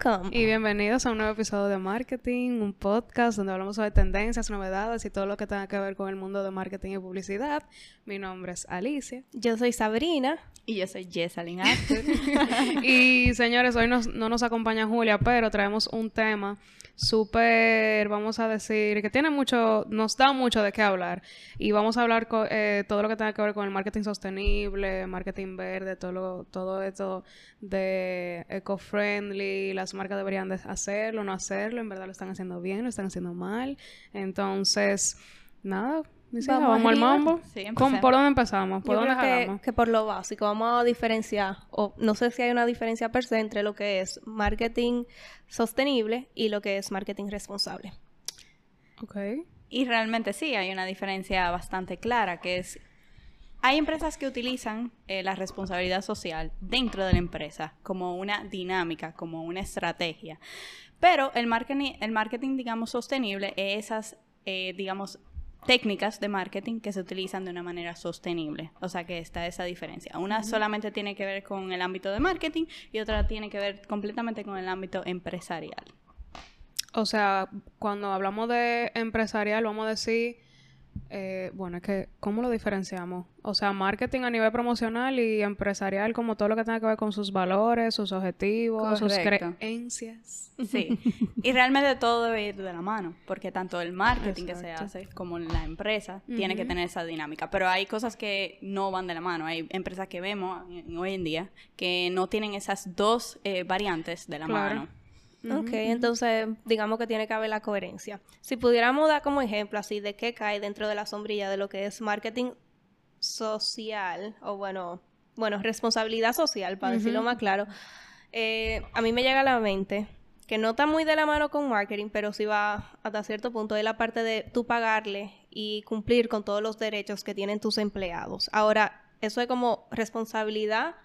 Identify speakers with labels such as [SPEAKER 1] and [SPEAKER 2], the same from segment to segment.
[SPEAKER 1] welcome.
[SPEAKER 2] Y bienvenidos a un nuevo episodio de Marketing, un podcast donde hablamos sobre tendencias, novedades y todo lo que tenga que ver con el mundo de marketing y publicidad. Mi nombre es Alicia.
[SPEAKER 1] Yo soy Sabrina.
[SPEAKER 3] Y yo soy Jessalyn Arthur.
[SPEAKER 2] Y señores, hoy no nos acompaña Julia, pero traemos un tema súper, vamos a decir, que tiene mucho, nos da mucho de qué hablar. Y vamos a hablar todo lo que tenga que ver con el marketing sostenible, marketing verde, todo esto de eco-friendly. Las marcas deberían de hacerlo, no hacerlo, en verdad lo están haciendo bien, lo están haciendo mal. Entonces, nada, vamos al mambo.
[SPEAKER 3] Sí,
[SPEAKER 2] ¿Por dónde empezamos? ¿Por
[SPEAKER 1] Yo
[SPEAKER 2] dónde
[SPEAKER 1] creo
[SPEAKER 2] jalamos?
[SPEAKER 1] que por lo básico vamos a diferenciar, o no sé si hay una diferencia per se entre lo que es marketing sostenible y lo que es marketing responsable.
[SPEAKER 2] Ok.
[SPEAKER 3] Y realmente sí, hay una diferencia bastante clara, que es, hay empresas que utilizan la responsabilidad social dentro de la empresa como una dinámica, como una estrategia. Pero el marketing digamos, sostenible es esas, digamos, técnicas de marketing que se utilizan de una manera sostenible. O sea que está esa diferencia. Una solamente tiene que ver con el ámbito de marketing y otra tiene que ver completamente con el ámbito empresarial.
[SPEAKER 2] O sea, cuando hablamos de empresarial, vamos a decir, bueno, es que, ¿cómo lo diferenciamos? O sea, marketing a nivel promocional y empresarial como todo lo que tenga que ver con sus valores, sus objetivos, sus creencias.
[SPEAKER 3] Sí, y realmente todo debe ir de la mano, porque tanto el marketing que se
[SPEAKER 2] Exacto.
[SPEAKER 3] hace como la empresa tiene que tener esa dinámica, pero hay cosas que no van de la mano, hay empresas que vemos hoy en día que no tienen esas dos variantes de la mano.
[SPEAKER 1] Ok, entonces digamos que tiene que haber la coherencia. Si pudiéramos dar como ejemplo así de qué cae dentro de la sombrilla de lo que es marketing social, o bueno, responsabilidad social, para decirlo más claro, a mí me llega a la mente que no está muy de la mano con marketing, pero sí va hasta cierto punto, es la parte de tú pagarle y cumplir con todos los derechos que tienen tus empleados. Ahora, eso es como responsabilidad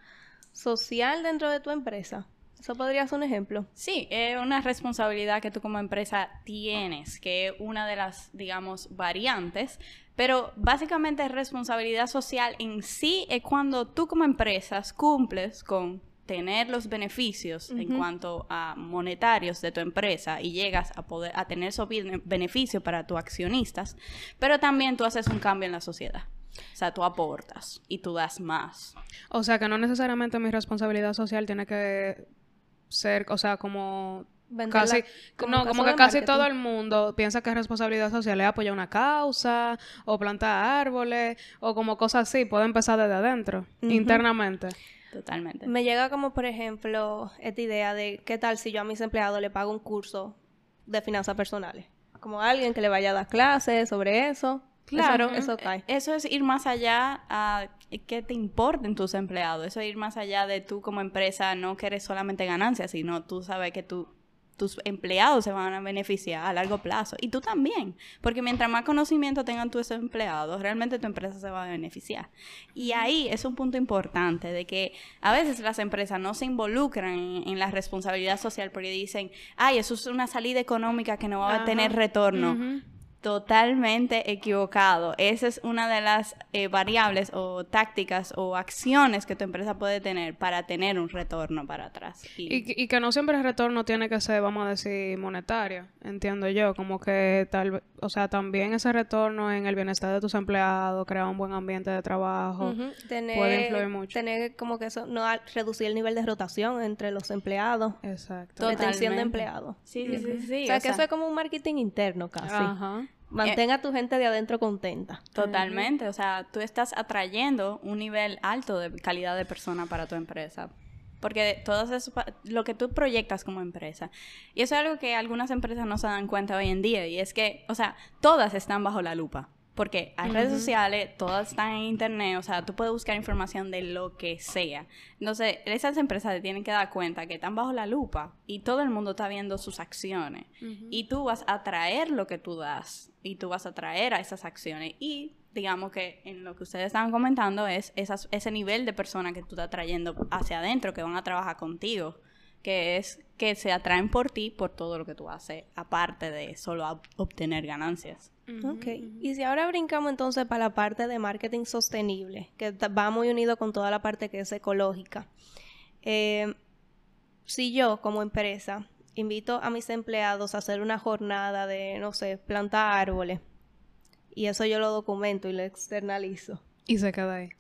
[SPEAKER 1] social dentro de tu empresa. ¿Eso podría ser un ejemplo?
[SPEAKER 3] Sí, es una responsabilidad que tú como empresa tienes, que es una de las, digamos, variantes, pero básicamente responsabilidad social en sí es cuando tú como empresas cumples con tener los beneficios en cuanto a monetarios de tu empresa y llegas a poder a tener esos beneficios para tus accionistas, pero también tú haces un cambio en la sociedad. O sea, tú aportas y tú das más.
[SPEAKER 2] O sea, que no necesariamente mi responsabilidad social tiene que ser, o sea, como
[SPEAKER 1] Venderla
[SPEAKER 2] casi,
[SPEAKER 1] como
[SPEAKER 2] no,
[SPEAKER 1] un
[SPEAKER 2] como
[SPEAKER 1] caso
[SPEAKER 2] que
[SPEAKER 1] de
[SPEAKER 2] casi
[SPEAKER 1] marketing.
[SPEAKER 2] todo el mundo piensa que responsabilidad social es apoyar una causa o plantar árboles o como cosas así, puede empezar desde adentro, internamente.
[SPEAKER 3] Totalmente.
[SPEAKER 1] Me llega como, por ejemplo, esta idea de qué tal si yo a mis empleados le pago un curso de finanzas personales. Como alguien que le vaya a dar clases sobre eso.
[SPEAKER 3] Claro,
[SPEAKER 1] Eso cae.
[SPEAKER 3] eso es ir más allá a que te importen tus empleados. Eso es ir más allá de tú como empresa no querer solamente ganancias, sino tú sabes que tus empleados se van a beneficiar a largo plazo. Y tú también, porque mientras más conocimiento tengan tus empleados, realmente tu empresa se va a beneficiar. Y ahí es un punto importante de que a veces las empresas no se involucran en la responsabilidad social porque dicen, ay, eso es una salida económica que no va a tener retorno. Totalmente equivocado. Esa es una de las variables o tácticas o acciones que tu empresa puede tener para tener un retorno para atrás.
[SPEAKER 2] Y que no siempre el retorno tiene que ser, vamos a decir, monetario, entiendo yo, como que o sea, también ese retorno en el bienestar de tus empleados, crear un buen ambiente de trabajo, puede influir mucho.
[SPEAKER 1] Tener como que eso, no reducir el nivel de rotación entre los empleados.
[SPEAKER 2] Exacto.
[SPEAKER 1] Retención de empleados.
[SPEAKER 3] Sí.
[SPEAKER 1] O sea, que eso es como un marketing interno casi.
[SPEAKER 2] Ajá.
[SPEAKER 1] Mantenga a tu gente de adentro contenta.
[SPEAKER 3] Totalmente, o sea, tú estás atrayendo un nivel alto de calidad de persona para tu empresa. Porque todo eso, lo que tú proyectas como empresa. Y eso es algo que algunas empresas no se dan cuenta hoy en día. Y es que, o sea, todas están bajo la lupa. Porque hay redes sociales, todas están en internet, o sea, tú puedes buscar información de lo que sea. Entonces, esas empresas se tienen que dar cuenta que están bajo la lupa y todo el mundo está viendo sus acciones. Y tú vas a traer lo que tú das y tú vas a traer a esas acciones. Y digamos que en lo que ustedes estaban comentando es ese nivel de personas que tú estás trayendo hacia adentro, que van a trabajar contigo, que es que se atraen por ti, por todo lo que tú haces, aparte de solo obtener ganancias.
[SPEAKER 1] Ok. Y si ahora brincamos entonces para la parte de marketing sostenible, que va muy unido con toda la parte que es ecológica. si yo como empresa invito a mis empleados a hacer una jornada de, no sé, plantar árboles, y eso yo lo documento y lo externalizo.
[SPEAKER 2] Y se queda ahí.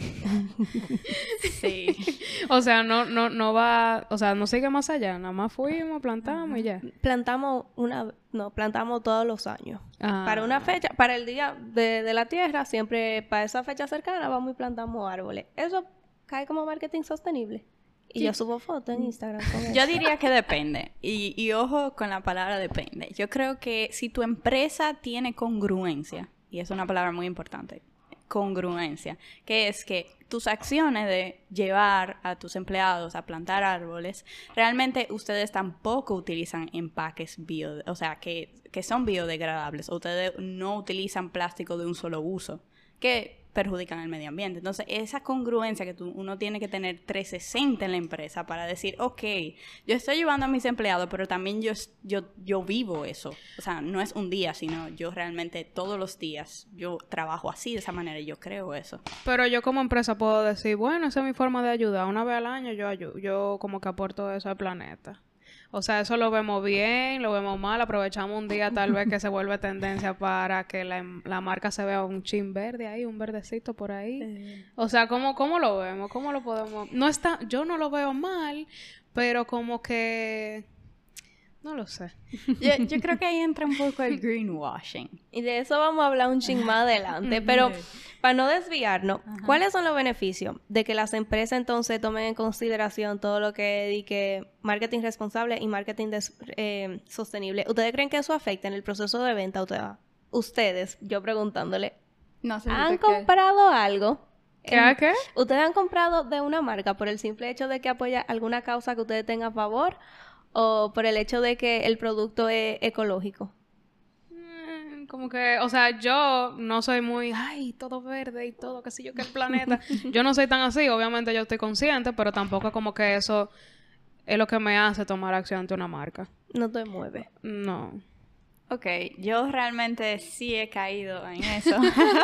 [SPEAKER 3] Sí.
[SPEAKER 2] O sea, no va... O sea, no sigue más allá. Nada más fuimos, plantamos y ya.
[SPEAKER 1] Plantamos plantamos todos los años.
[SPEAKER 2] Ah.
[SPEAKER 1] Para una fecha, para el día de la tierra, siempre para esa fecha cercana vamos y plantamos árboles. Eso cae como marketing sostenible. Y
[SPEAKER 3] Sí.
[SPEAKER 1] yo subo fotos en Instagram con eso.
[SPEAKER 3] Yo diría que depende. Y ojo con la palabra depende. Yo creo que si tu empresa tiene congruencia, y es una palabra muy importante, congruencia, que es que tus acciones de llevar a tus empleados a plantar árboles, realmente ustedes tampoco utilizan empaques o sea, que son biodegradables. Ustedes no utilizan plástico de un solo uso, que perjudican el medio ambiente. Entonces, esa congruencia que uno tiene que tener 360 en la empresa para decir, ok, yo estoy llevando a mis empleados, pero también yo vivo eso. O sea, no es un día, sino yo realmente todos los días yo trabajo así, de esa manera, y yo creo eso.
[SPEAKER 2] Pero yo como empresa puedo decir, bueno, esa es mi forma de ayudar. Una vez al año yo como que aporto eso al planeta. O sea, eso lo vemos bien, lo vemos mal. Aprovechamos un día tal vez que se vuelve tendencia para que la marca se vea un chin verde ahí, un verdecito por ahí. O sea, ¿cómo lo vemos? ¿Cómo lo podemos...? Yo no lo veo mal, pero como que... No lo sé.
[SPEAKER 3] Yo creo que ahí entra un poco el greenwashing.
[SPEAKER 1] Y de eso vamos a hablar un ching más adelante. Pero para no desviarnos, ¿cuáles son los beneficios de que las empresas entonces tomen en consideración todo lo que dedique marketing responsable y marketing sostenible? ¿Ustedes creen que eso afecta en el proceso de venta? Ustedes, yo preguntándole,
[SPEAKER 3] No sé
[SPEAKER 1] ¿han comprado algo?
[SPEAKER 2] ¿Qué?
[SPEAKER 1] ¿Ustedes han comprado de una marca por el simple hecho de que apoya alguna causa que ustedes tengan a favor? ¿O por el hecho de que el producto es ecológico?
[SPEAKER 2] Como que, o sea, yo no soy muy, ay, todo verde y todo, qué sé yo, que el planeta. Yo no soy tan así, obviamente yo estoy consciente, pero tampoco es como que eso es lo que me hace tomar acción ante una marca.
[SPEAKER 1] No te mueve.
[SPEAKER 2] No.
[SPEAKER 3] Ok, yo realmente sí he caído en eso.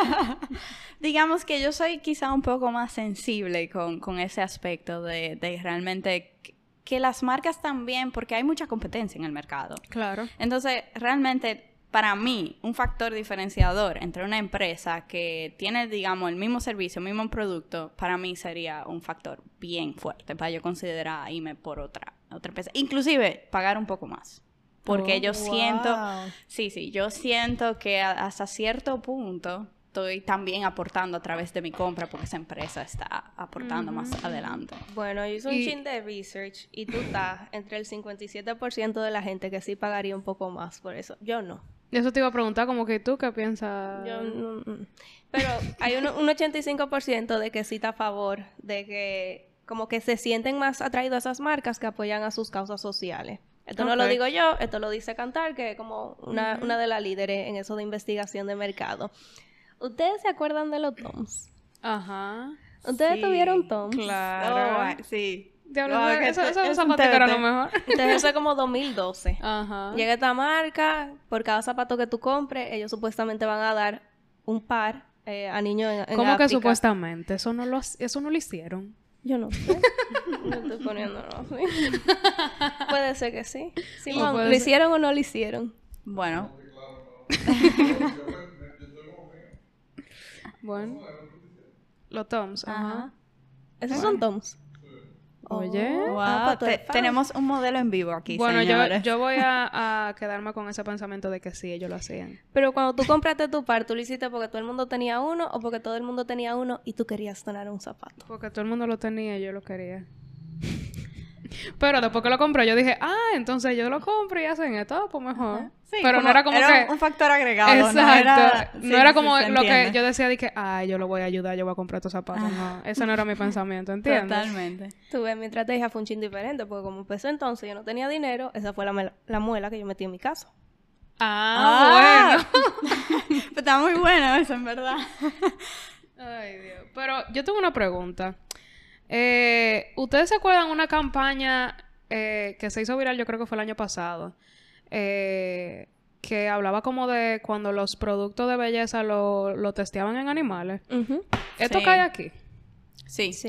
[SPEAKER 3] Digamos que yo soy quizá un poco más sensible con ese aspecto de realmente que las marcas también, porque hay mucha competencia en el mercado.
[SPEAKER 2] Claro.
[SPEAKER 3] Entonces, realmente, para mí, un factor diferenciador entre una empresa que tiene, digamos, el mismo servicio, el mismo producto, para mí sería un factor bien fuerte para yo considerar irme por otra empresa. Inclusive, pagar un poco más. Porque yo siento... Sí, yo siento que hasta cierto punto estoy también aportando a través de mi compra porque esa empresa está aportando más adelante.
[SPEAKER 1] Bueno, yo hice un chin de research y tú estás entre el 57% de la gente que sí pagaría un poco más por eso. Yo no.
[SPEAKER 2] Eso te iba a preguntar, como que tú, ¿qué piensas?
[SPEAKER 1] Yo no. Pero hay un 85% de que sí está a favor de que como que se sienten más atraídos a esas marcas que apoyan a sus causas sociales. Esto no lo digo yo, esto lo dice Kantar, que es como una de las líderes en eso de investigación de mercado. ¿Ustedes se acuerdan de los Toms?
[SPEAKER 2] Ajá.
[SPEAKER 1] ¿Ustedes tuvieron Toms?
[SPEAKER 2] Claro.
[SPEAKER 3] Sí.
[SPEAKER 2] Diablo, eso es un zapato que era lo mejor.
[SPEAKER 1] Entonces eso es como 2012.
[SPEAKER 2] Ajá.
[SPEAKER 1] Llega esta marca, por cada zapato que tú compres, ellos supuestamente van a dar un par a niños en
[SPEAKER 2] ¿Cómo que
[SPEAKER 1] África.
[SPEAKER 2] Supuestamente? Eso no lo hicieron.
[SPEAKER 1] Yo no sé. No estoy poniéndolo así. Puede ser que sí. Simón, ¿lo hicieron o no lo hicieron?
[SPEAKER 3] Bueno.
[SPEAKER 2] Bueno. Los Toms. Ajá.
[SPEAKER 1] ¿Esos son Toms?
[SPEAKER 2] Oye.
[SPEAKER 3] Wow, tenemos un modelo en vivo aquí,
[SPEAKER 2] bueno,
[SPEAKER 3] señores.
[SPEAKER 2] yo voy a quedarme con ese pensamiento de que sí, ellos lo hacían.
[SPEAKER 1] Pero cuando tú compraste tu par, ¿tú lo hiciste porque todo el mundo tenía uno o porque todo el mundo tenía uno y tú querías tener un zapato?
[SPEAKER 2] Porque todo el mundo lo tenía y yo lo quería. Pero después que lo compré, yo dije, entonces yo lo compro y hacen esto, pues mejor.
[SPEAKER 3] Sí,
[SPEAKER 2] pero no era como que...
[SPEAKER 3] un factor agregado.
[SPEAKER 2] Exacto. No era como
[SPEAKER 3] se
[SPEAKER 2] lo
[SPEAKER 3] entiende.
[SPEAKER 2] que yo decía de que, yo lo voy a ayudar, yo voy a comprar estos zapatos. No, ese no era mi pensamiento, ¿entiendes?
[SPEAKER 3] Totalmente.
[SPEAKER 1] Tú ves, mi estrategia fue un chin diferente porque como empezó entonces yo no tenía dinero, esa fue la muela que yo metí en mi casa.
[SPEAKER 2] Bueno.
[SPEAKER 3] Pues está muy bueno eso, en verdad.
[SPEAKER 2] Ay, Dios. Pero yo tengo una pregunta. ¿Ustedes se acuerdan una campaña que se hizo viral, yo creo que fue el año pasado, que hablaba como de cuando los productos de belleza lo testeaban en animales?
[SPEAKER 1] Uh-huh.
[SPEAKER 2] ¿Esto
[SPEAKER 3] Sí.
[SPEAKER 2] cae aquí?
[SPEAKER 3] Sí.
[SPEAKER 1] Sí.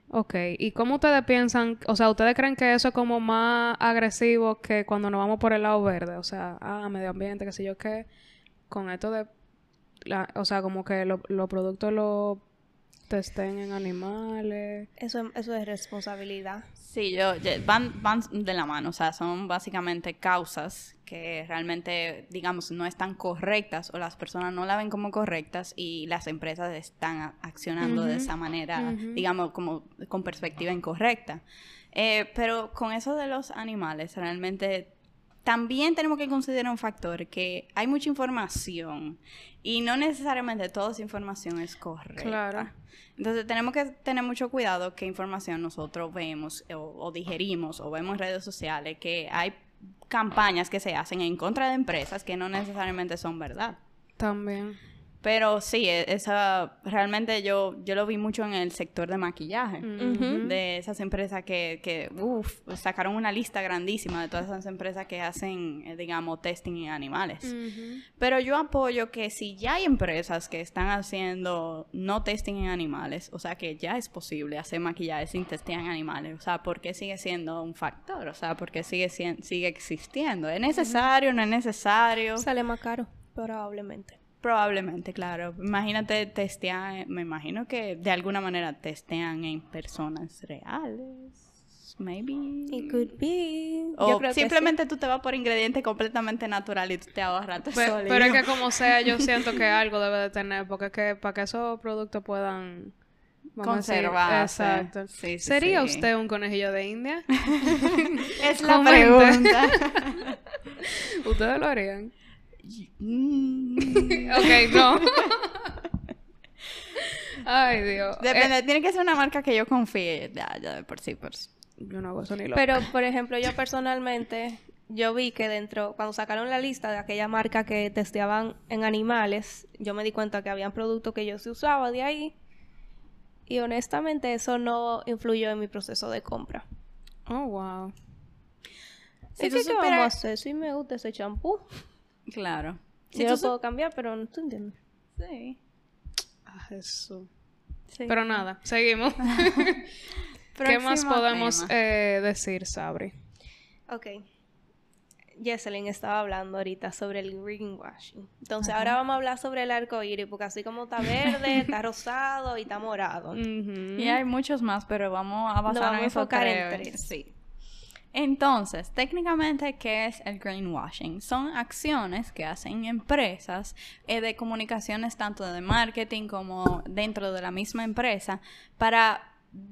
[SPEAKER 2] Ok, ¿y cómo ustedes piensan? O sea, ¿ustedes creen que eso es como más agresivo que cuando nos vamos por el lado verde? O sea, medio ambiente, qué sé yo qué, con esto de, o sea, como que los productos los testen en animales.
[SPEAKER 1] Eso es responsabilidad.
[SPEAKER 3] Sí, van de la mano, o sea, son básicamente causas que realmente, digamos, no están correctas o las personas no la ven como correctas y las empresas están accionando de esa manera, digamos, como con perspectiva incorrecta. Pero con eso de los animales, realmente también tenemos que considerar un factor que hay mucha información y no necesariamente toda esa información es correcta.
[SPEAKER 2] Claro.
[SPEAKER 3] Entonces tenemos que tener mucho cuidado qué información nosotros vemos o digerimos o vemos en redes sociales, que hay campañas que se hacen en contra de empresas que no necesariamente son verdad.
[SPEAKER 2] También.
[SPEAKER 3] Pero sí, esa realmente yo lo vi mucho en el sector de maquillaje, de esas empresas que sacaron una lista grandísima de todas esas empresas que hacen, digamos, testing en animales. Pero yo apoyo que si ya hay empresas que están haciendo no testing en animales, o sea, que ya es posible hacer maquillaje sin testear en animales, o sea, ¿por qué sigue siendo un factor? O sea, ¿por qué sigue existiendo? ¿Es necesario? ¿No es necesario?
[SPEAKER 1] Sale más caro, probablemente.
[SPEAKER 3] Probablemente, claro. Imagínate testear, me imagino que de alguna manera testean en personas reales. Maybe.
[SPEAKER 1] It could be.
[SPEAKER 3] O
[SPEAKER 1] Yo creo
[SPEAKER 3] simplemente
[SPEAKER 1] que sí.
[SPEAKER 3] tú te vas por ingrediente completamente natural y tú te ahorras todo eso.
[SPEAKER 2] Pero es que como sea, yo siento que algo debe de tener, porque es que para que esos productos puedan
[SPEAKER 3] conservarse.
[SPEAKER 2] Exacto.
[SPEAKER 3] Sí,
[SPEAKER 2] ¿Sería
[SPEAKER 3] sí.
[SPEAKER 2] usted un conejillo de India?
[SPEAKER 3] Es la
[SPEAKER 2] Comente.
[SPEAKER 3] pregunta.
[SPEAKER 2] ¿Ustedes lo harían?
[SPEAKER 3] Mm.
[SPEAKER 2] Ok, no. Ay, Dios.
[SPEAKER 3] Depende, tiene que ser una marca que yo confíe. Ya de por sí, pues.
[SPEAKER 2] Yo no hago eso ni loca.
[SPEAKER 1] Pero, por ejemplo, yo personalmente, yo vi que cuando sacaron la lista de aquella marca que testeaban en animales, yo me di cuenta que habían productos que yo sí usaba de ahí. Y honestamente eso no influyó en mi proceso de compra.
[SPEAKER 2] Oh, wow.
[SPEAKER 1] ¿Qué vamos a hacer? Si me gusta ese champú.
[SPEAKER 3] Claro.
[SPEAKER 1] Yo lo puedo cambiar, pero no te entiendo.
[SPEAKER 3] Sí.
[SPEAKER 2] Jesús.
[SPEAKER 1] Sí.
[SPEAKER 2] Pero nada, seguimos. ¿Qué más podemos decir, Sabri?
[SPEAKER 1] Ok. Jesselyn estaba hablando ahorita sobre el greenwashing. Entonces, ahora vamos a hablar sobre el arco iris, porque así como está verde, está rosado y está morado.
[SPEAKER 3] Y hay muchos más, pero vamos a basar en eso
[SPEAKER 1] enfocar en
[SPEAKER 3] tres.
[SPEAKER 1] tres.
[SPEAKER 3] Sí. Entonces, técnicamente, ¿qué es el greenwashing? Son acciones que hacen empresas de comunicaciones tanto de marketing como dentro de la misma empresa para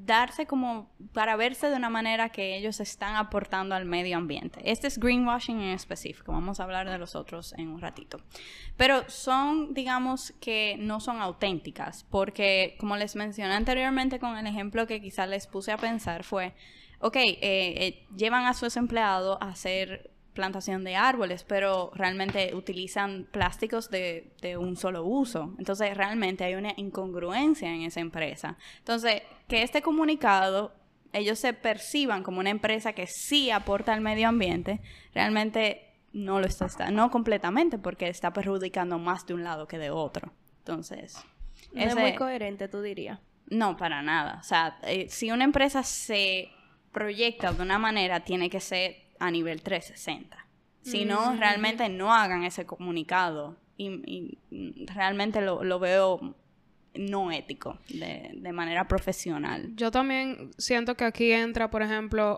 [SPEAKER 3] verse de una manera que ellos están aportando al medio ambiente. Este es greenwashing en específico. Vamos a hablar de los otros en un ratito. Pero son, digamos, que no son auténticas porque, como les mencioné anteriormente con el ejemplo que quizás les puse a pensar fue... Ok, llevan a sus empleados a hacer plantación de árboles, pero realmente utilizan plásticos de un solo uso. Entonces, realmente hay una incongruencia en esa empresa. Entonces, que este comunicado, ellos se perciban como una empresa que sí aporta al medio ambiente, realmente no lo está, no completamente, porque está perjudicando más de un lado que de otro. Entonces...
[SPEAKER 1] No es muy coherente, tú dirías.
[SPEAKER 3] No, para nada. O sea, si una empresa se proyecta de una manera, tiene que ser a nivel 360. Si no, realmente no hagan ese comunicado. Y realmente lo veo no ético, de manera profesional.
[SPEAKER 2] Yo también siento que aquí entra, por ejemplo,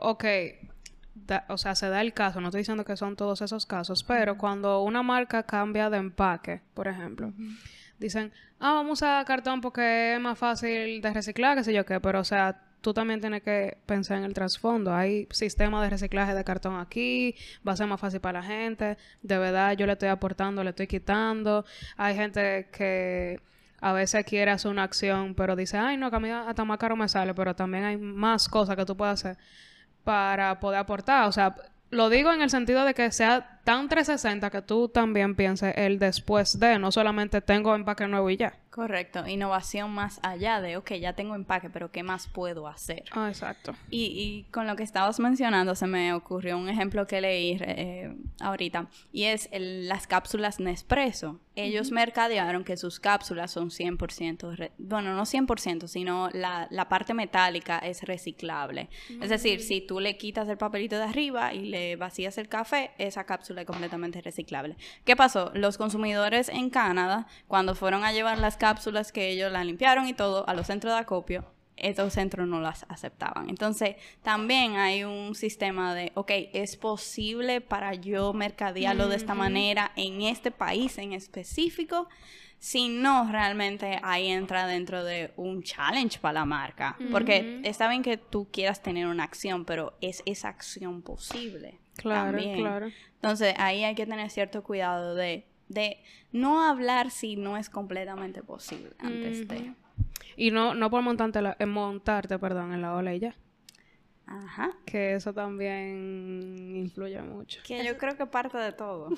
[SPEAKER 2] o sea, se da el caso, no estoy diciendo que son todos esos casos, pero cuando una marca cambia de empaque, por ejemplo, dicen, vamos a cartón porque es más fácil de reciclar, qué sé yo qué, pero o sea, tú también tienes que pensar en el trasfondo. Hay sistema de reciclaje de cartón aquí, va a ser más fácil para la gente, de verdad yo le estoy aportando, le estoy quitando. Hay gente que a veces quiere hacer una acción, pero dice, ay no, que a mí hasta más caro me sale, pero también hay más cosas que tú puedes hacer para poder aportar. O sea, lo digo en el sentido de que sea tan 360 que tú también pienses el después de, no solamente tengo empaque nuevo y ya.
[SPEAKER 3] Correcto. Innovación más allá de, ok, ya tengo empaque, pero ¿qué más puedo hacer?
[SPEAKER 2] Ah, exacto.
[SPEAKER 3] Y con lo que estabas mencionando, se me ocurrió un ejemplo que leí ahorita, y es las cápsulas Nespresso. Ellos mercadearon que sus cápsulas son 100%, bueno, no 100%, sino la parte metálica es reciclable. Es decir, si tú le quitas el papelito de arriba y le vacías el café, esa cápsula es completamente reciclable. ¿Qué pasó? Los consumidores en Canadá, cuando fueron a llevar las cápsulas que ellos las limpiaron y todo a los centros de acopio, estos centros no las aceptaban. Entonces, también hay un sistema de, ok, ¿es posible para yo mercadearlo de esta manera en este país en específico? Si no, realmente ahí entra dentro de un challenge para la marca. Porque está bien que tú quieras tener una acción, pero ¿es esa acción posible?
[SPEAKER 2] Claro,
[SPEAKER 3] también.
[SPEAKER 2] claro.
[SPEAKER 3] Entonces, ahí hay que tener cierto cuidado de no hablar si no es completamente posible antes de...
[SPEAKER 2] Y no por montarte, en la ola y ya.
[SPEAKER 3] Ajá.
[SPEAKER 2] Que eso también influye mucho.
[SPEAKER 3] Que yo creo que parte de todo.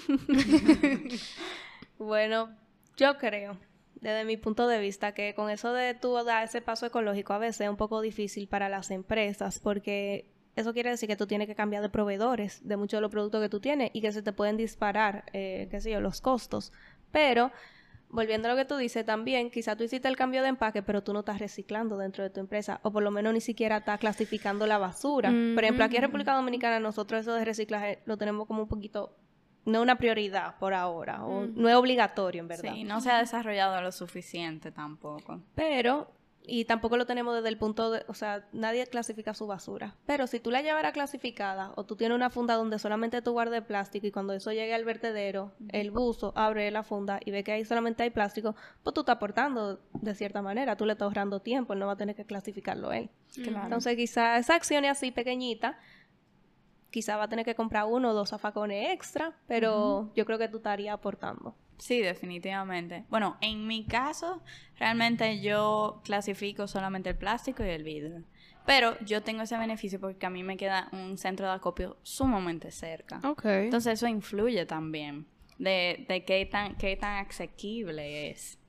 [SPEAKER 1] Bueno, yo creo, desde mi punto de vista, que con eso de tú dar ese paso ecológico a veces es un poco difícil para las empresas, porque eso quiere decir que tú tienes que cambiar de proveedores de muchos de los productos que tú tienes y que se te pueden disparar, qué sé yo, los costos. Pero, volviendo a lo que tú dices también, quizá tú hiciste el cambio de empaque, pero tú no estás reciclando dentro de tu empresa, o por lo menos ni siquiera estás clasificando la basura. Por ejemplo, aquí en República Dominicana nosotros eso de reciclaje lo tenemos como un poquito, no una prioridad por ahora, o no es obligatorio en verdad.
[SPEAKER 3] Sí, no se ha desarrollado lo suficiente tampoco.
[SPEAKER 1] Pero, y tampoco lo tenemos desde el punto de, o sea, nadie clasifica su basura. Pero si tú la llevaras clasificada, o tú tienes una funda donde solamente tú guardes plástico, y cuando eso llegue al vertedero, el buzo abre la funda y ve que ahí solamente hay plástico, pues tú estás aportando de cierta manera, tú le estás ahorrando tiempo, él no va a tener que clasificarlo él.
[SPEAKER 3] Claro.
[SPEAKER 1] Entonces quizá esa acción es así pequeñita, quizá va a tener que comprar 1 o 2 zafacones extra, pero yo creo que tú estarías aportando.
[SPEAKER 3] Sí, definitivamente. Bueno, en mi caso, realmente yo clasifico solamente el plástico y el vidrio. Pero yo tengo ese beneficio porque a mí me queda un centro de acopio sumamente cerca.
[SPEAKER 2] Ok.
[SPEAKER 3] Entonces eso influye también de qué tan asequible es.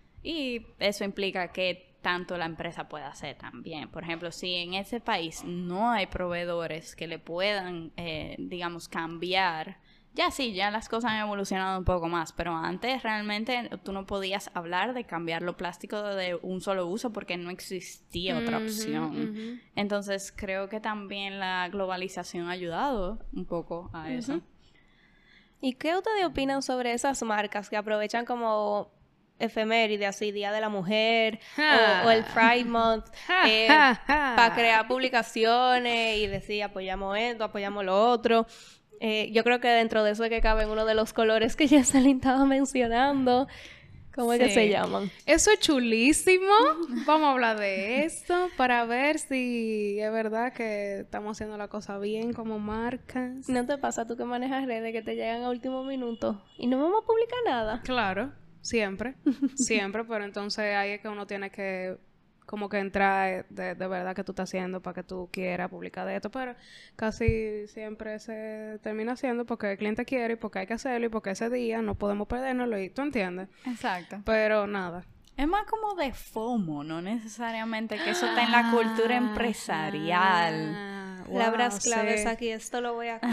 [SPEAKER 3] Y eso implica que tanto la empresa puede hacer también. Por ejemplo, si en ese país no hay proveedores que le puedan, digamos, cambiar... Ya las cosas han evolucionado un poco más, pero antes realmente tú no podías hablar de cambiar los plásticos de un solo uso porque no existía otra opción. Entonces creo que también la globalización ha ayudado un poco a eso.
[SPEAKER 1] ¿Y qué ustedes opinan sobre esas marcas que aprovechan como efeméride, así, Día de la Mujer o el Pride Month para crear publicaciones y decir apoyamos esto, apoyamos lo otro? Yo creo que dentro de eso es que cabe uno de los colores que Jessalyn estaba mencionando. ¿Cómo es que se llaman?
[SPEAKER 2] Eso es chulísimo. Vamos a hablar de esto para ver si es verdad que estamos haciendo la cosa bien como marcas.
[SPEAKER 1] ¿No te pasa tú que manejas redes que te llegan a último minuto y no vamos a publicar nada?
[SPEAKER 2] Claro, siempre. Siempre, pero entonces ahí es que uno tiene que como que entrar de verdad que tú estás haciendo para que tú quieras publicar de esto, pero casi siempre se termina haciendo porque el cliente quiere y porque hay que hacerlo y porque ese día no podemos perdernoslo y tú entiendes.
[SPEAKER 3] Exacto.
[SPEAKER 2] Pero nada.
[SPEAKER 3] Es más como de FOMO, no necesariamente que eso está en la cultura empresarial.
[SPEAKER 1] Palabras claves aquí, esto lo voy a...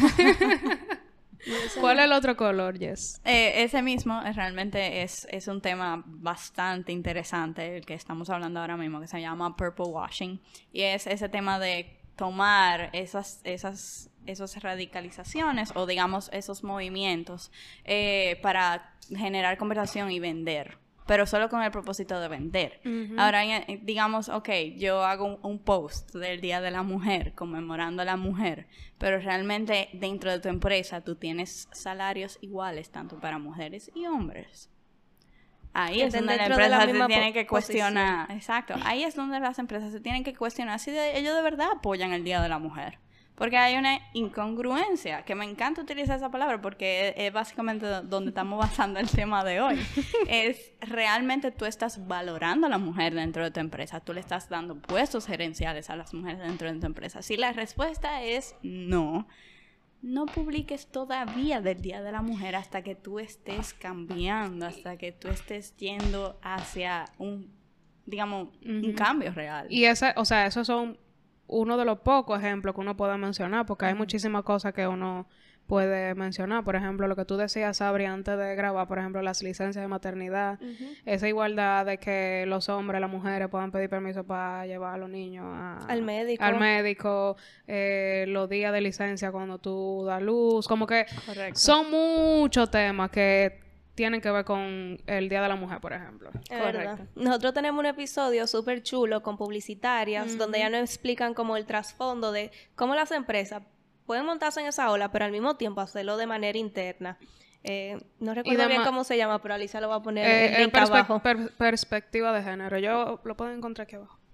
[SPEAKER 2] ¿Cuál es el otro color, Jess?
[SPEAKER 3] Ese mismo realmente es un tema bastante interesante, el que estamos hablando ahora mismo, que se llama purple washing. Y es ese tema de tomar esas radicalizaciones o digamos esos movimientos para generar conversación y vender. Pero solo con el propósito de vender. Ahora, digamos, ok, yo hago un post del Día de la Mujer, conmemorando a la mujer, pero realmente dentro de tu empresa tú tienes salarios iguales, tanto para mujeres y hombres. Ahí es donde la empresa se tiene que cuestionar. Exacto. Ahí es donde las empresas se tienen que cuestionar si ellos de verdad apoyan el Día de la Mujer. Porque hay una incongruencia, que me encanta utilizar esa palabra porque es básicamente donde estamos basando el tema de hoy. Es realmente tú estás valorando a la mujer dentro de tu empresa, tú le estás dando puestos gerenciales a las mujeres dentro de tu empresa. Si la respuesta es no, no publiques todavía del Día de la Mujer hasta que tú estés cambiando, hasta que tú estés yendo hacia un, digamos, un cambio real.
[SPEAKER 2] Y o sea, esos son uno de los pocos ejemplos que uno puede mencionar, porque hay muchísimas cosas que uno puede mencionar. Por ejemplo, lo que tú decías, Sabri, antes de grabar, por ejemplo, las licencias de maternidad, esa igualdad de que los hombres, las mujeres puedan pedir permiso para llevar a los niños
[SPEAKER 1] al médico.
[SPEAKER 2] Los días de licencia cuando tú das luz, como que
[SPEAKER 3] Correcto.
[SPEAKER 2] son muchos temas que tienen que ver con el Día de la Mujer, por ejemplo.
[SPEAKER 1] Es verdad. Nosotros tenemos un episodio súper chulo con publicitarias donde ya nos explican como el trasfondo de cómo las empresas pueden montarse en esa ola, pero al mismo tiempo hacerlo de manera interna. No recuerdo bien cómo se llama, pero Alicia lo va a poner el link abajo.
[SPEAKER 2] Perspectiva de género. Yo lo puedo encontrar aquí abajo.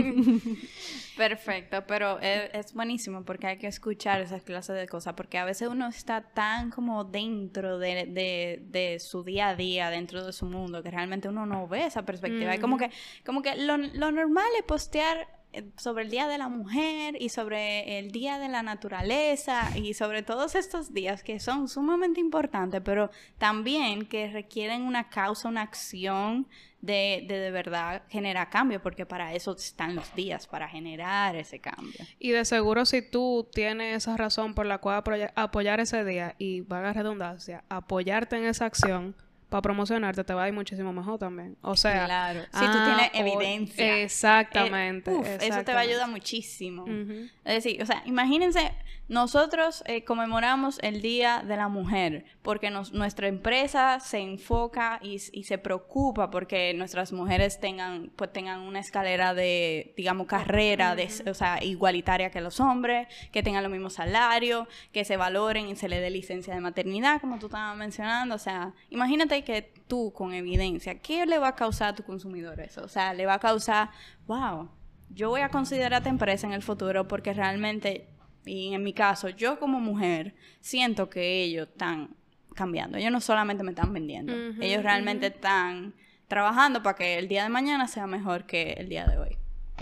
[SPEAKER 3] Perfecto, pero es buenísimo porque hay que escuchar esas clases de cosas, porque a veces uno está tan como dentro de su día a día, dentro de su mundo, que realmente uno no ve esa perspectiva. Y como que lo normal es postear sobre el Día de la Mujer y sobre el Día de la Naturaleza y sobre todos estos días que son sumamente importantes, pero también que requieren una causa, una acción de verdad generar cambio, porque para eso están los días, para generar ese cambio.
[SPEAKER 2] Y de seguro si tú tienes esa razón por la cual apoyar ese día y, valga la redundancia, apoyarte en esa acción para promocionarte, te va a ir muchísimo mejor también. O sea,
[SPEAKER 3] claro. Si tú tienes evidencia.
[SPEAKER 2] Exactamente.
[SPEAKER 3] Eso te va a ayudar muchísimo. Es decir, o sea, imagínense, nosotros conmemoramos el Día de la Mujer porque nuestra empresa se enfoca y se preocupa porque nuestras mujeres tengan una escalera de, digamos, carrera, o sea, igualitaria que los hombres, que tengan los mismos salarios, que se valoren y se les dé licencia de maternidad, como tú estabas mencionando. O sea, imagínate que tú, con evidencia, ¿qué le va a causar a tu consumidor eso? O sea, le va a causar, wow, yo voy a considerar a esta empresa en el futuro porque realmente, y en mi caso, yo como mujer, siento que ellos están cambiando. Ellos no solamente me están vendiendo, ellos realmente están trabajando para que el día de mañana sea mejor que el día de hoy.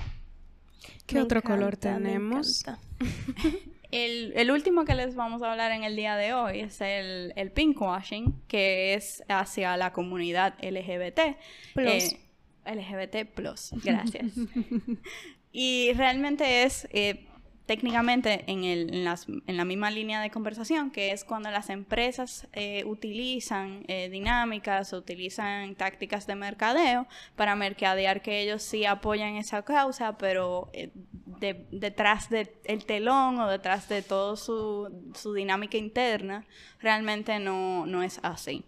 [SPEAKER 2] ¿Qué otro color tenemos?
[SPEAKER 3] El último que les vamos a hablar en el día de hoy es el pinkwashing, que es hacia la comunidad LGBT. LGBT+, gracias. Y realmente es técnicamente en la misma línea de conversación, que es cuando las empresas utilizan dinámicas, utilizan tácticas de mercadeo para mercadear que ellos sí apoyan esa causa, pero detrás del telón o detrás de toda su dinámica interna, realmente no es así.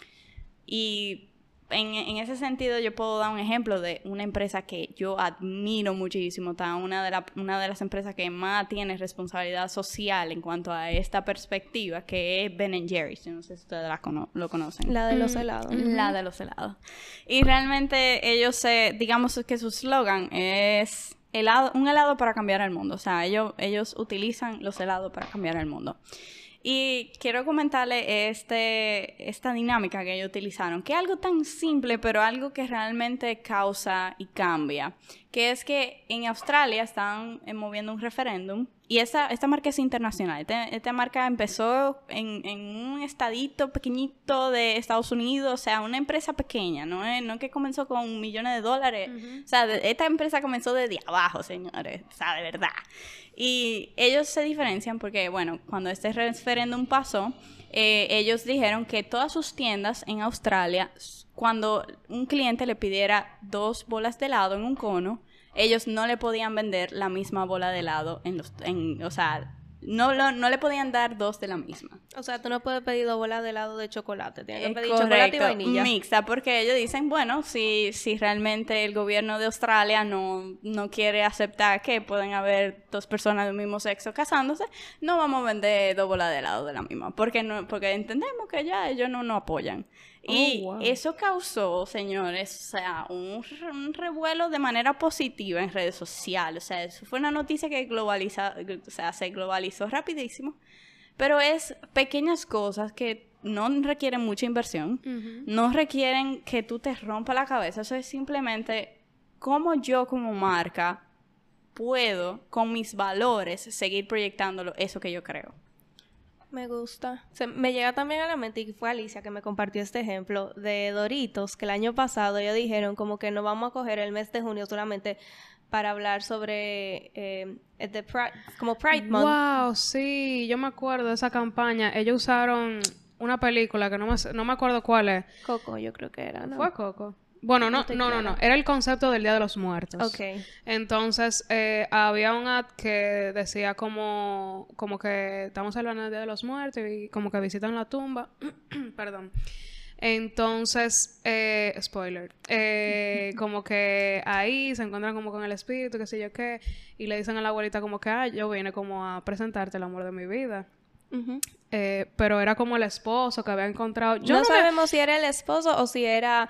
[SPEAKER 3] Y en ese sentido yo puedo dar un ejemplo de una empresa que yo admiro muchísimo, una de las empresas que más tiene responsabilidad social en cuanto a esta perspectiva, que es Ben & Jerry's. Yo no sé si ustedes lo conocen.
[SPEAKER 1] La de los helados.
[SPEAKER 3] La de los helados. Y realmente ellos, digamos que su slogan es un helado para cambiar el mundo. O sea, ellos utilizan los helados para cambiar el mundo. Y quiero comentarle esta dinámica que ellos utilizaron, que es algo tan simple, pero algo que realmente causa y cambia, que es que en Australia están moviendo un referéndum, y esta marca es internacional. Esta marca empezó en un estadito pequeñito de Estados Unidos, o sea, una empresa pequeña, no que comenzó con millones de dólares. O sea, esta empresa comenzó desde abajo, señores, o sea, de verdad. Y ellos se diferencian porque, bueno, cuando este referéndum pasó, ellos dijeron que todas sus tiendas en Australia, cuando un cliente le pidiera 2 bolas de helado en un cono, ellos no le podían vender la misma bola de helado o sea, no le podían dar 2 de la misma.
[SPEAKER 1] O sea, tú no puedes pedir 2 bolas de helado de chocolate, tienes que pedir
[SPEAKER 3] Correcto,
[SPEAKER 1] chocolate y vainilla.
[SPEAKER 3] Mixta, porque ellos dicen, bueno, si realmente el gobierno de Australia no quiere aceptar que pueden haber 2 personas del mismo sexo casándose, no vamos a vender 2 bolas de helado de la misma, porque entendemos que ya ellos no apoyan. Y eso causó, señores, o sea, un revuelo de manera positiva en redes sociales. O sea, eso fue una noticia que se globalizó rapidísimo. Pero es pequeñas cosas que no requieren mucha inversión, no requieren que tú te rompas la cabeza. Eso es simplemente cómo yo como marca puedo, con mis valores, seguir proyectando eso que yo creo.
[SPEAKER 1] Me gusta. Me llega también a la mente, y fue Alicia que me compartió este ejemplo de Doritos, que el año pasado ellos dijeron como que no vamos a coger el mes de junio solamente para hablar sobre como Pride Month.
[SPEAKER 2] Wow, sí, yo me acuerdo de esa campaña. Ellos usaron una película que no me acuerdo cuál es.
[SPEAKER 1] Coco, yo creo que era, ¿no?
[SPEAKER 2] ¿Fue Coco? Bueno, no. Era el concepto del Día de los Muertos.
[SPEAKER 1] Ok.
[SPEAKER 2] Entonces, había un ad que decía como que estamos hablando del Día de los Muertos y como que visitan la tumba. Perdón. Entonces, spoiler, como que ahí se encuentran como con el espíritu, qué sé yo qué, y le dicen a la abuelita como que, yo vine como a presentarte el amor de mi vida.
[SPEAKER 1] Uh-huh.
[SPEAKER 2] Pero era como el esposo que había encontrado.
[SPEAKER 1] No sabemos si era el esposo o si era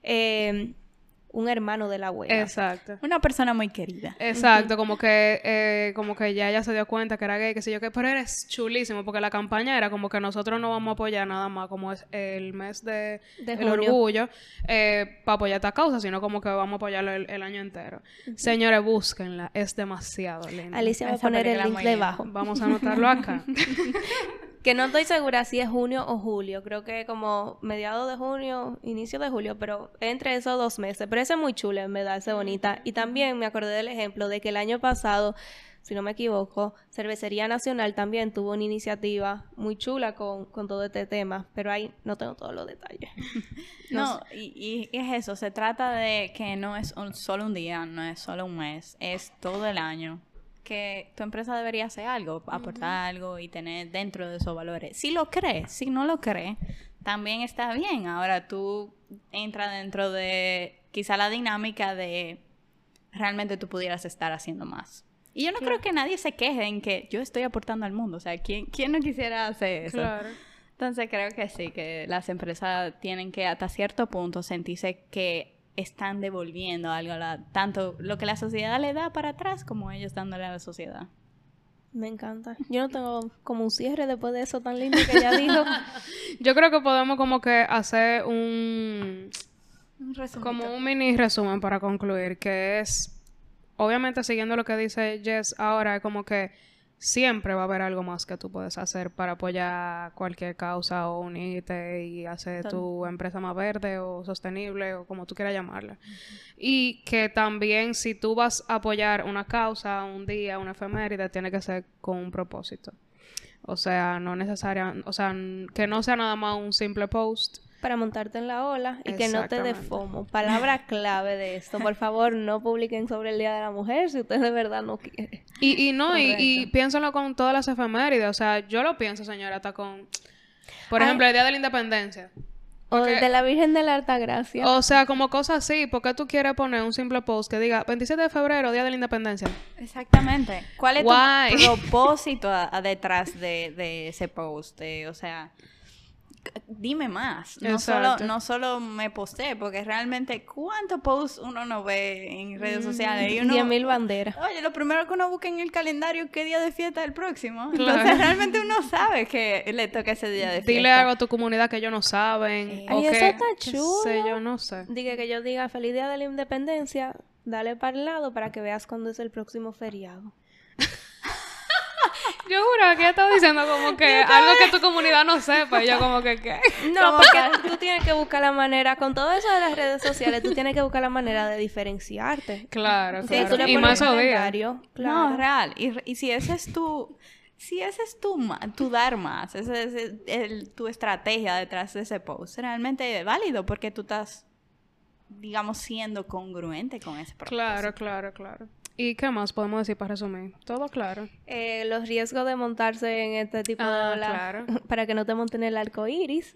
[SPEAKER 1] un hermano de la abuela.
[SPEAKER 2] Exacto.
[SPEAKER 3] Una persona muy querida.
[SPEAKER 2] Exacto, como que ya ella se dio cuenta que era gay, qué sé yo qué, pero eres chulísimo, porque la campaña era como que nosotros no vamos a apoyar nada más como es el mes de el orgullo para apoyar esta causa, sino como que vamos a apoyarlo el año entero. Señores, búsquenla, es demasiado linda.
[SPEAKER 1] Alicia va a poner el link debajo.
[SPEAKER 2] Vamos a anotarlo acá.
[SPEAKER 1] Que no estoy segura si es junio o julio. Creo que como mediados de junio, inicio de julio, pero entre esos 2 meses. Pero esa es muy chula, en verdad, esa es bonita. Y también me acordé del ejemplo de que el año pasado, si no me equivoco, Cervecería Nacional también tuvo una iniciativa muy chula con todo este tema. Pero ahí no tengo todos los detalles.
[SPEAKER 3] Y es eso. Se trata de que no es solo un día, no es solo un mes, es todo el año. Que tu empresa debería hacer algo, aportar algo y tener dentro de esos valores. Si lo crees, si no lo crees, también está bien. Ahora tú entras dentro de quizá la dinámica de realmente tú pudieras estar haciendo más. Y yo no creo que nadie se queje en que yo estoy aportando al mundo. O sea, ¿quién no quisiera hacer eso?
[SPEAKER 2] Claro.
[SPEAKER 3] Entonces creo que sí, que las empresas tienen que hasta cierto punto sentirse que están devolviendo algo, tanto lo que la sociedad le da para atrás como ellos dándole a la sociedad.
[SPEAKER 1] Me encanta. Yo no tengo como un cierre después de eso tan lindo que ella dijo.
[SPEAKER 2] Yo creo que podemos como que hacer como un mini resumen para concluir, que es, obviamente siguiendo lo que dice Jess ahora, es como que siempre va a haber algo más que tú puedes hacer para apoyar cualquier causa o unirte y hacer tu empresa más verde o sostenible o como tú quieras llamarla. Y que también si tú vas a apoyar una causa, un día, una efeméride, tiene que ser con un propósito. O sea, que no sea nada más un simple post.
[SPEAKER 1] Para montarte en la ola y que no te dé FOMO. Palabra clave de esto. Por favor, no publiquen sobre el Día de la Mujer si usted de verdad no quiere.
[SPEAKER 2] Y piénsalo con todas las efemérides. O sea, yo lo pienso, señora, hasta con... Por ejemplo, el Día de la Independencia. Porque,
[SPEAKER 1] o de la Virgen de la Altagracia.
[SPEAKER 2] O sea, como cosas así. ¿Por qué tú quieres poner un simple post que diga 27 de febrero, Día de la Independencia?
[SPEAKER 3] Exactamente. ¿Cuál es tu propósito detrás de ese post? O sea... Dime más, no solo me posté, porque realmente ¿cuántos posts uno no ve en redes sociales? Y
[SPEAKER 1] 10,000 banderas.
[SPEAKER 3] Oye, lo primero que uno busca en el calendario, ¿qué día de fiesta es el próximo? Claro. Entonces realmente uno sabe que le toca ese día de fiesta.
[SPEAKER 2] Dile algo a tu comunidad que ellos no saben.
[SPEAKER 1] Ay, eso está chulo.
[SPEAKER 2] Yo no sé.
[SPEAKER 1] Diga que yo diga feliz día de la independencia, dale para el lado para que veas cuándo es el próximo feriado.
[SPEAKER 2] Yo juro que ella estaba diciendo como que algo que tu comunidad no sepa. Y yo como que, ¿qué?
[SPEAKER 1] No, porque tú tienes que buscar la manera, con todo eso de las redes sociales, tú tienes que buscar la manera de diferenciarte.
[SPEAKER 2] Claro,
[SPEAKER 1] Sí,
[SPEAKER 2] claro.
[SPEAKER 1] tú le
[SPEAKER 2] Y
[SPEAKER 1] pones
[SPEAKER 2] más
[SPEAKER 1] un
[SPEAKER 2] obvio.
[SPEAKER 1] calendario, claro.
[SPEAKER 3] No, real. Y si ese es tu... Si ese es tu dar más, ese es tu estrategia detrás de ese post, realmente es válido porque tú estás, digamos, siendo congruente con ese propósito.
[SPEAKER 2] Claro. ¿Y qué más podemos decir para resumir? Todo claro.
[SPEAKER 1] Los riesgos de montarse en este tipo de ola,
[SPEAKER 2] claro.
[SPEAKER 1] para que no te monten el arco iris.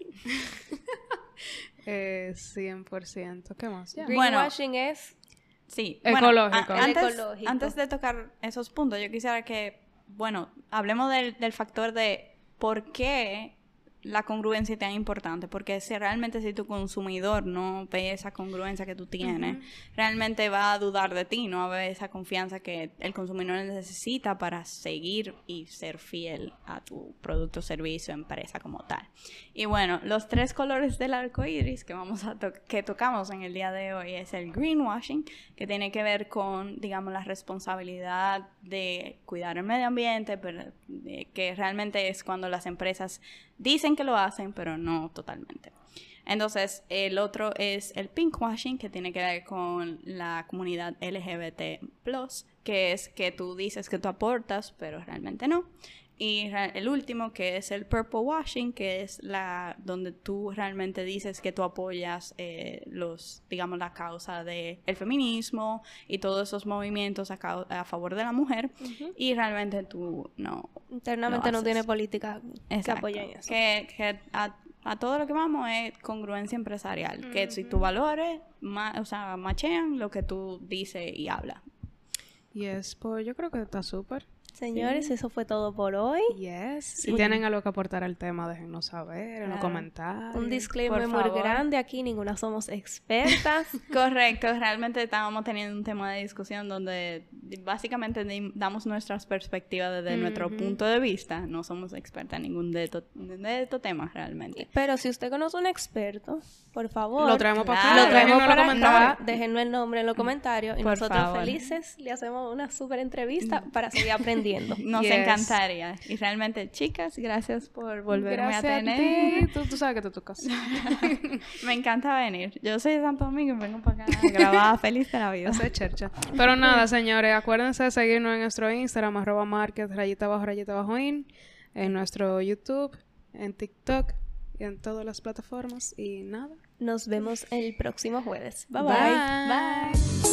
[SPEAKER 2] 100%. ¿Qué más?
[SPEAKER 1] Greenwashing es...
[SPEAKER 3] Sí.
[SPEAKER 2] Ecológico.
[SPEAKER 1] Ecológico.
[SPEAKER 3] Antes de tocar esos puntos, yo quisiera que, hablemos del factor de por qué la congruencia es tan importante, porque si tu consumidor no ve esa congruencia que tú tienes, realmente va a dudar de ti, no va a ver esa confianza que el consumidor necesita para seguir y ser fiel a tu producto, servicio, empresa como tal. Y bueno, los 3 colores del arco iris que tocamos en el día de hoy es el greenwashing, que tiene que ver con, digamos, la responsabilidad de cuidar el medio ambiente, pero que realmente es cuando las empresas dicen que lo hacen, pero no totalmente. Entonces, el otro es el pinkwashing, que tiene que ver con la comunidad LGBT+, que es que tú dices que tú aportas, pero realmente no. Y el último, que es el purple washing, que es donde tú realmente dices que tú apoyas la causa del feminismo y todos esos movimientos a favor de la mujer, y realmente tú no
[SPEAKER 1] internamente no tiene políticas que apoyen eso.
[SPEAKER 3] Que a todo lo que vamos es congruencia empresarial, que si tus valores machean lo que tú dices y hablas.
[SPEAKER 2] Yes, pues yo creo que está súper.
[SPEAKER 1] Señores, eso fue todo por hoy.
[SPEAKER 2] Yes. Si tienen algo que aportar al tema, déjennos saber en los comentarios.
[SPEAKER 1] Un disclaimer muy grande aquí, ninguna somos expertas.
[SPEAKER 3] Correcto, realmente estábamos teniendo un tema de discusión donde básicamente damos nuestras perspectivas desde nuestro punto de vista. No somos expertas en ningún de estos temas realmente.
[SPEAKER 1] Pero si usted conoce un experto, por favor,
[SPEAKER 2] lo traemos para acá.
[SPEAKER 1] Lo traemos para acá. Déjenos el nombre en los comentarios y por nosotros favor. Felices le hacemos una súper entrevista para seguir aprendiendo.
[SPEAKER 3] Nos encantaría. Y realmente, chicas, gracias por volverme a tener.
[SPEAKER 2] A ti. Tú sabes que te tocas.
[SPEAKER 3] Me encanta venir. Yo soy de Santo Domingo y vengo para acá a grabar feliz de la vida.
[SPEAKER 2] Hacer chercha. Pero nada, señores, acuérdense de seguirnos en nuestro Instagram, @market__in, en nuestro YouTube, en TikTok y en todas las plataformas. Y nada.
[SPEAKER 1] Nos vemos el próximo jueves. Bye.
[SPEAKER 3] Bye.